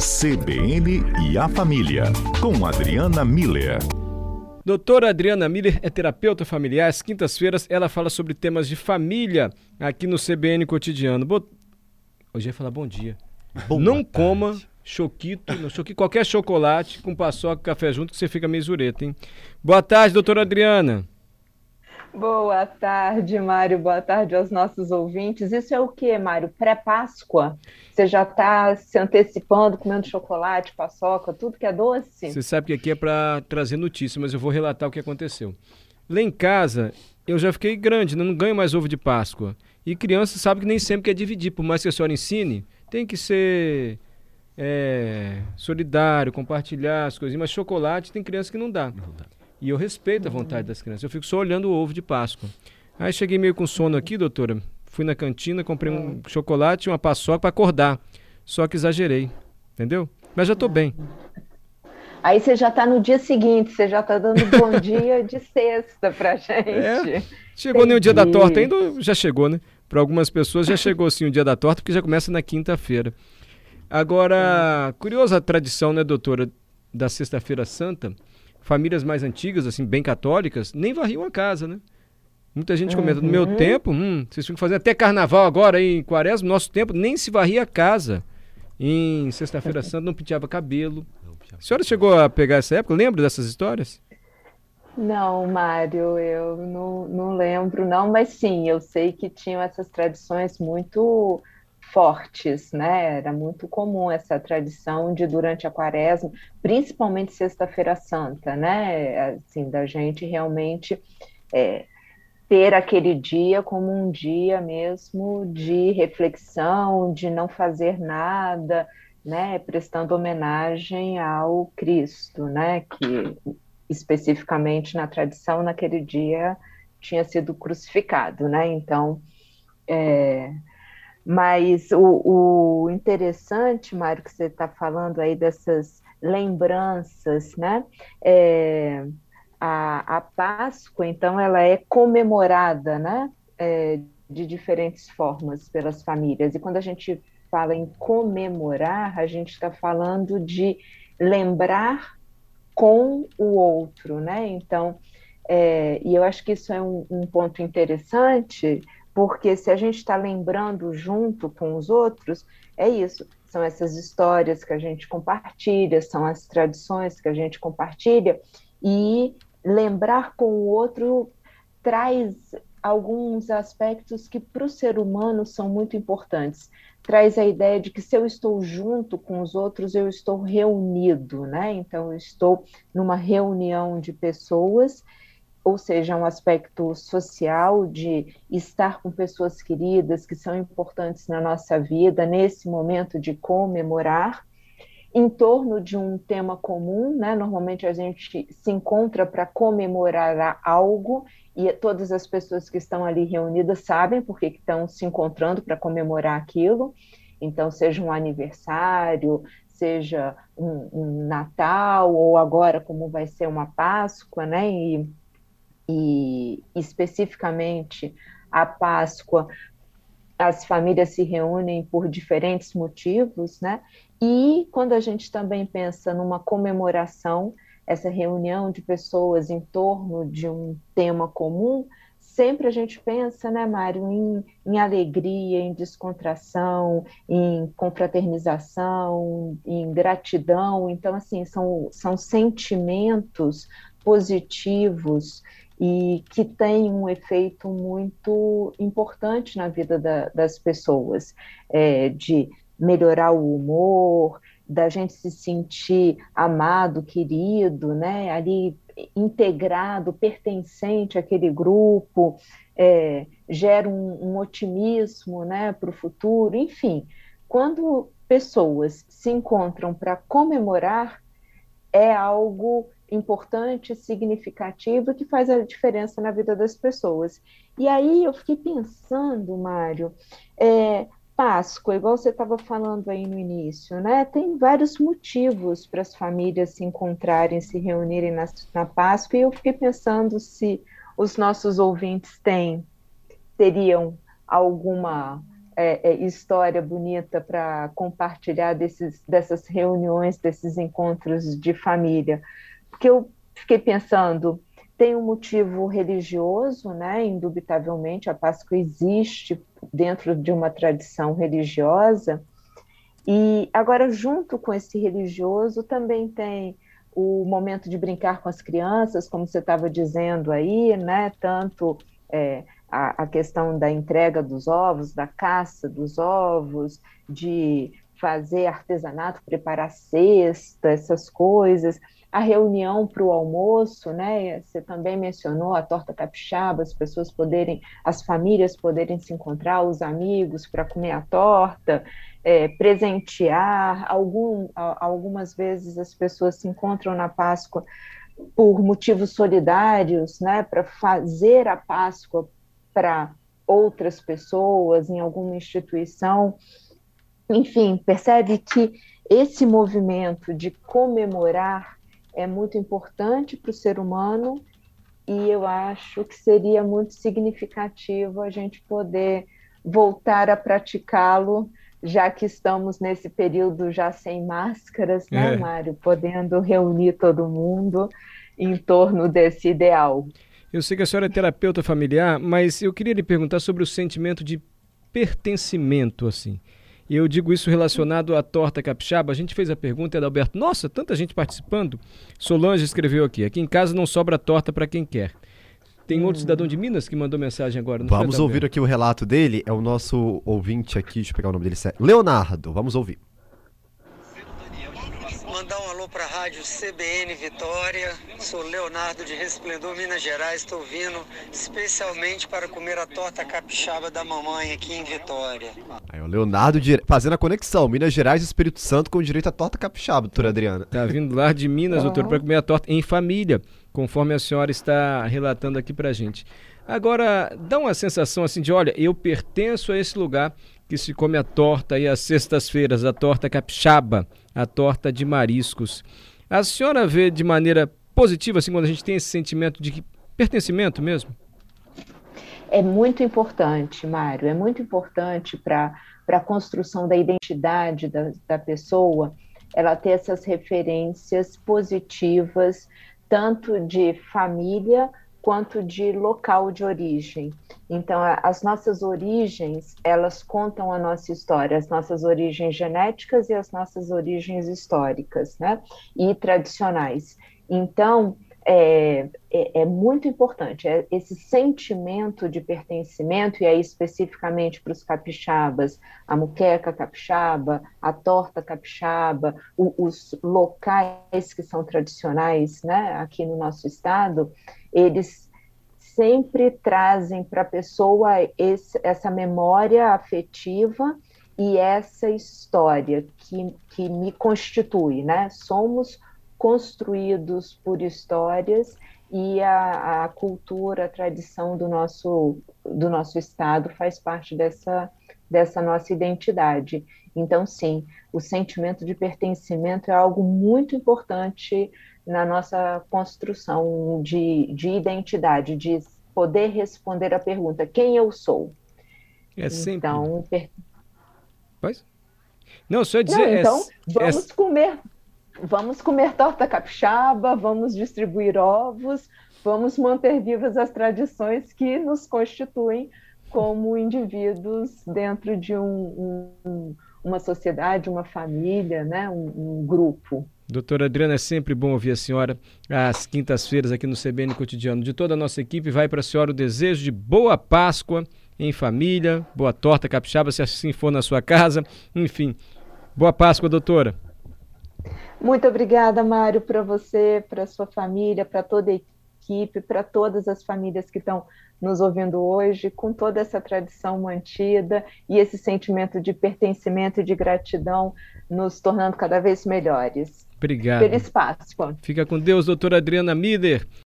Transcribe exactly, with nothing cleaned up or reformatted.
C B N e a Família, com Adriana Miller. Doutora Adriana Miller é terapeuta familiar. Às quintas-feiras ela fala sobre temas de família aqui no C B N Cotidiano. Bo... Hoje eu ia falar bom dia. Boa não tarde. coma choquito, não, choquito, qualquer chocolate com paçoca e café junto que você fica meio zureta, hein? Boa tarde, doutora Adriana. Boa tarde, Mário. Boa tarde aos nossos ouvintes. Isso é o quê, Mário? Pré-Páscoa? Você já está se antecipando, comendo chocolate, paçoca, tudo que é doce? Você sabe que aqui é para trazer notícia, mas eu vou relatar o que aconteceu. Lá em casa, eu já fiquei grande, né? Não ganho mais ovo de Páscoa. E criança sabe que nem sempre quer dividir, por mais que a senhora ensine, tem que ser é, solidário, compartilhar as coisinhas, mas chocolate tem criança que não dá. Não dá. E eu respeito a vontade das crianças. Eu fico só olhando o ovo de Páscoa. Aí cheguei meio com sono aqui, doutora. Fui na cantina, comprei um chocolate e uma paçoca para acordar. Só que exagerei, entendeu? Mas já tô bem. Aí você já está no dia seguinte, você já está dando bom dia de sexta pra gente. É, chegou Entendi. Nem o dia da torta ainda, já chegou, né? Para algumas pessoas já chegou sim o dia da torta, porque já começa na quinta-feira. Agora, curiosa a tradição, né, doutora, da Sexta-feira Santa. Famílias mais antigas, assim, bem católicas, nem varriam a casa, né? Muita gente comenta, no meu tempo, hum, vocês ficam fazendo até carnaval agora aí em Quaresma, no nosso tempo, nem se varria a casa. Em Sexta-feira Santa não penteava cabelo. A senhora chegou a pegar essa época? Lembra dessas histórias? Não, Mário, eu não, não lembro, não, mas sim, eu sei que tinham essas tradições muito fortes, né? Era muito comum essa tradição de durante a Quaresma, principalmente Sexta-feira Santa, né? Assim, da gente realmente é, ter aquele dia como um dia mesmo de reflexão, de não fazer nada, né? Prestando homenagem ao Cristo, né? Que especificamente na tradição naquele dia tinha sido crucificado, né? Então, é... Mas o, o interessante, Mário, que você está falando aí dessas lembranças, né? É, a, a Páscoa, então, ela é comemorada, né? É, de diferentes formas pelas famílias. E quando a gente fala em comemorar, a gente está falando de lembrar com o outro, né? Então, é, e eu acho que isso é um, um ponto interessante, porque se a gente está lembrando junto com os outros, é isso, são essas histórias que a gente compartilha, são as tradições que a gente compartilha, e lembrar com o outro traz alguns aspectos que para o ser humano são muito importantes. Traz a ideia de que se eu estou junto com os outros, eu estou reunido, né? Então, eu estou numa reunião de pessoas, ou seja, um aspecto social de estar com pessoas queridas que são importantes na nossa vida, nesse momento de comemorar, em torno de um tema comum, né? Normalmente a gente se encontra para comemorar algo e todas as pessoas que estão ali reunidas sabem por que estão se encontrando para comemorar aquilo. Então, seja um aniversário, seja um, um Natal, ou agora como vai ser uma Páscoa, né? E e especificamente a Páscoa, as famílias se reúnem por diferentes motivos, né? E quando a gente também pensa numa comemoração, essa reunião de pessoas em torno de um tema comum, sempre a gente pensa, né, Mário, em, em alegria, em descontração, em confraternização, em gratidão. Então, assim, são, são sentimentos positivos e que tem um efeito muito importante na vida da, das pessoas, é, de melhorar o humor, da gente se sentir amado, querido, né, ali integrado, pertencente àquele grupo, é, gera um, um otimismo, né, para o futuro, enfim. Quando pessoas se encontram para comemorar, é algo importante, significativo, que faz a diferença na vida das pessoas. E aí eu fiquei pensando, Mário, é, Páscoa, igual você estava falando aí no início, né? Tem vários motivos para as famílias se encontrarem, se reunirem na, na Páscoa, e eu fiquei pensando se os nossos ouvintes têm, teriam alguma é, é, história bonita para compartilhar desses, dessas reuniões, desses encontros de família. Porque eu fiquei pensando, tem um motivo religioso, né? Indubitavelmente, a Páscoa existe dentro de uma tradição religiosa, e agora, junto com esse religioso, também tem o momento de brincar com as crianças, como você estava dizendo aí, né? Tanto é, a, a questão da entrega dos ovos, da caça dos ovos, de fazer artesanato, preparar cesta, essas coisas, a reunião para o almoço, né? Você também mencionou a torta capixaba, as pessoas poderem, as famílias poderem se encontrar, os amigos para comer a torta, é, presentear. Algum, algumas vezes as pessoas se encontram na Páscoa por motivos solidários, né? Para fazer a Páscoa para outras pessoas em alguma instituição. Enfim, percebe que esse movimento de comemorar é muito importante para o ser humano, e eu acho que seria muito significativo a gente poder voltar a praticá-lo, já que estamos nesse período já sem máscaras, né, É. Mário? Podendo reunir todo mundo em torno desse ideal. Eu sei que a senhora é terapeuta familiar, mas eu queria lhe perguntar sobre o sentimento de pertencimento, assim. E eu digo isso relacionado à torta capixaba. A gente fez a pergunta, Adalberto, nossa, tanta gente participando. Solange escreveu aqui, aqui em casa não sobra torta para quem quer. Tem outro cidadão de Minas que mandou mensagem agora. Não Vamos foi, ouvir aqui o relato dele, é o nosso ouvinte aqui, deixa eu pegar o nome dele, Leonardo, vamos ouvir. Mandar um alô para a rádio C B N Vitória, sou Leonardo de Resplendor, Minas Gerais, estou vindo especialmente para comer a torta capixaba da mamãe aqui em Vitória. Aí o Leonardo dire... fazendo a conexão, Minas Gerais e Espírito Santo com direito à torta capixaba, doutora Adriana. Tá vindo lá de Minas, doutor, para comer a torta em família, conforme a senhora está relatando aqui pra gente. Agora, dá uma sensação assim de, olha, eu pertenço a esse lugar que se come a torta aí às sextas-feiras, a torta capixaba, a torta de mariscos. A senhora vê de maneira positiva, assim, quando a gente tem esse sentimento de pertencimento mesmo? É muito importante, Mário, é muito importante para a construção da identidade da, da pessoa, ela ter essas referências positivas, tanto de família quanto de local de origem. Então, as nossas origens, elas contam a nossa história, as nossas origens genéticas e as nossas origens históricas, né? E tradicionais. Então, é, é, é muito importante, é esse sentimento de pertencimento, e aí especificamente para os capixabas, a muqueca capixaba, a torta capixaba, o, os locais que são tradicionais, né, aqui no nosso estado, eles sempre trazem para a pessoa esse, essa memória afetiva e essa história que, que me constitui, né? Somos construídos por histórias, e a, a cultura, a tradição do nosso, do nosso estado faz parte dessa, dessa nossa identidade. Então, sim, o sentimento de pertencimento é algo muito importante na nossa construção de, de identidade, de poder responder a pergunta, quem eu sou? É sempre. Então, per... Pois? Não, só dizer... Não, então, é, vamos é... comer... Vamos comer torta capixaba, vamos distribuir ovos, vamos manter vivas as tradições que nos constituem como indivíduos dentro de um, um, uma sociedade, uma família, né? um, um grupo. Doutora Adriana, é sempre bom ouvir a senhora às quintas-feiras aqui no C B N Cotidiano. De toda a nossa equipe, vai para a senhora o desejo de boa Páscoa em família, boa torta capixaba, se assim for na sua casa, enfim. Boa Páscoa, doutora. Muito obrigada, Mário, para você, para a sua família, para toda a equipe, para todas as famílias que estão nos ouvindo hoje, com toda essa tradição mantida e esse sentimento de pertencimento e de gratidão nos tornando cada vez melhores. Obrigado. Feliz Páscoa. Fica com Deus, doutora Adriana Mider.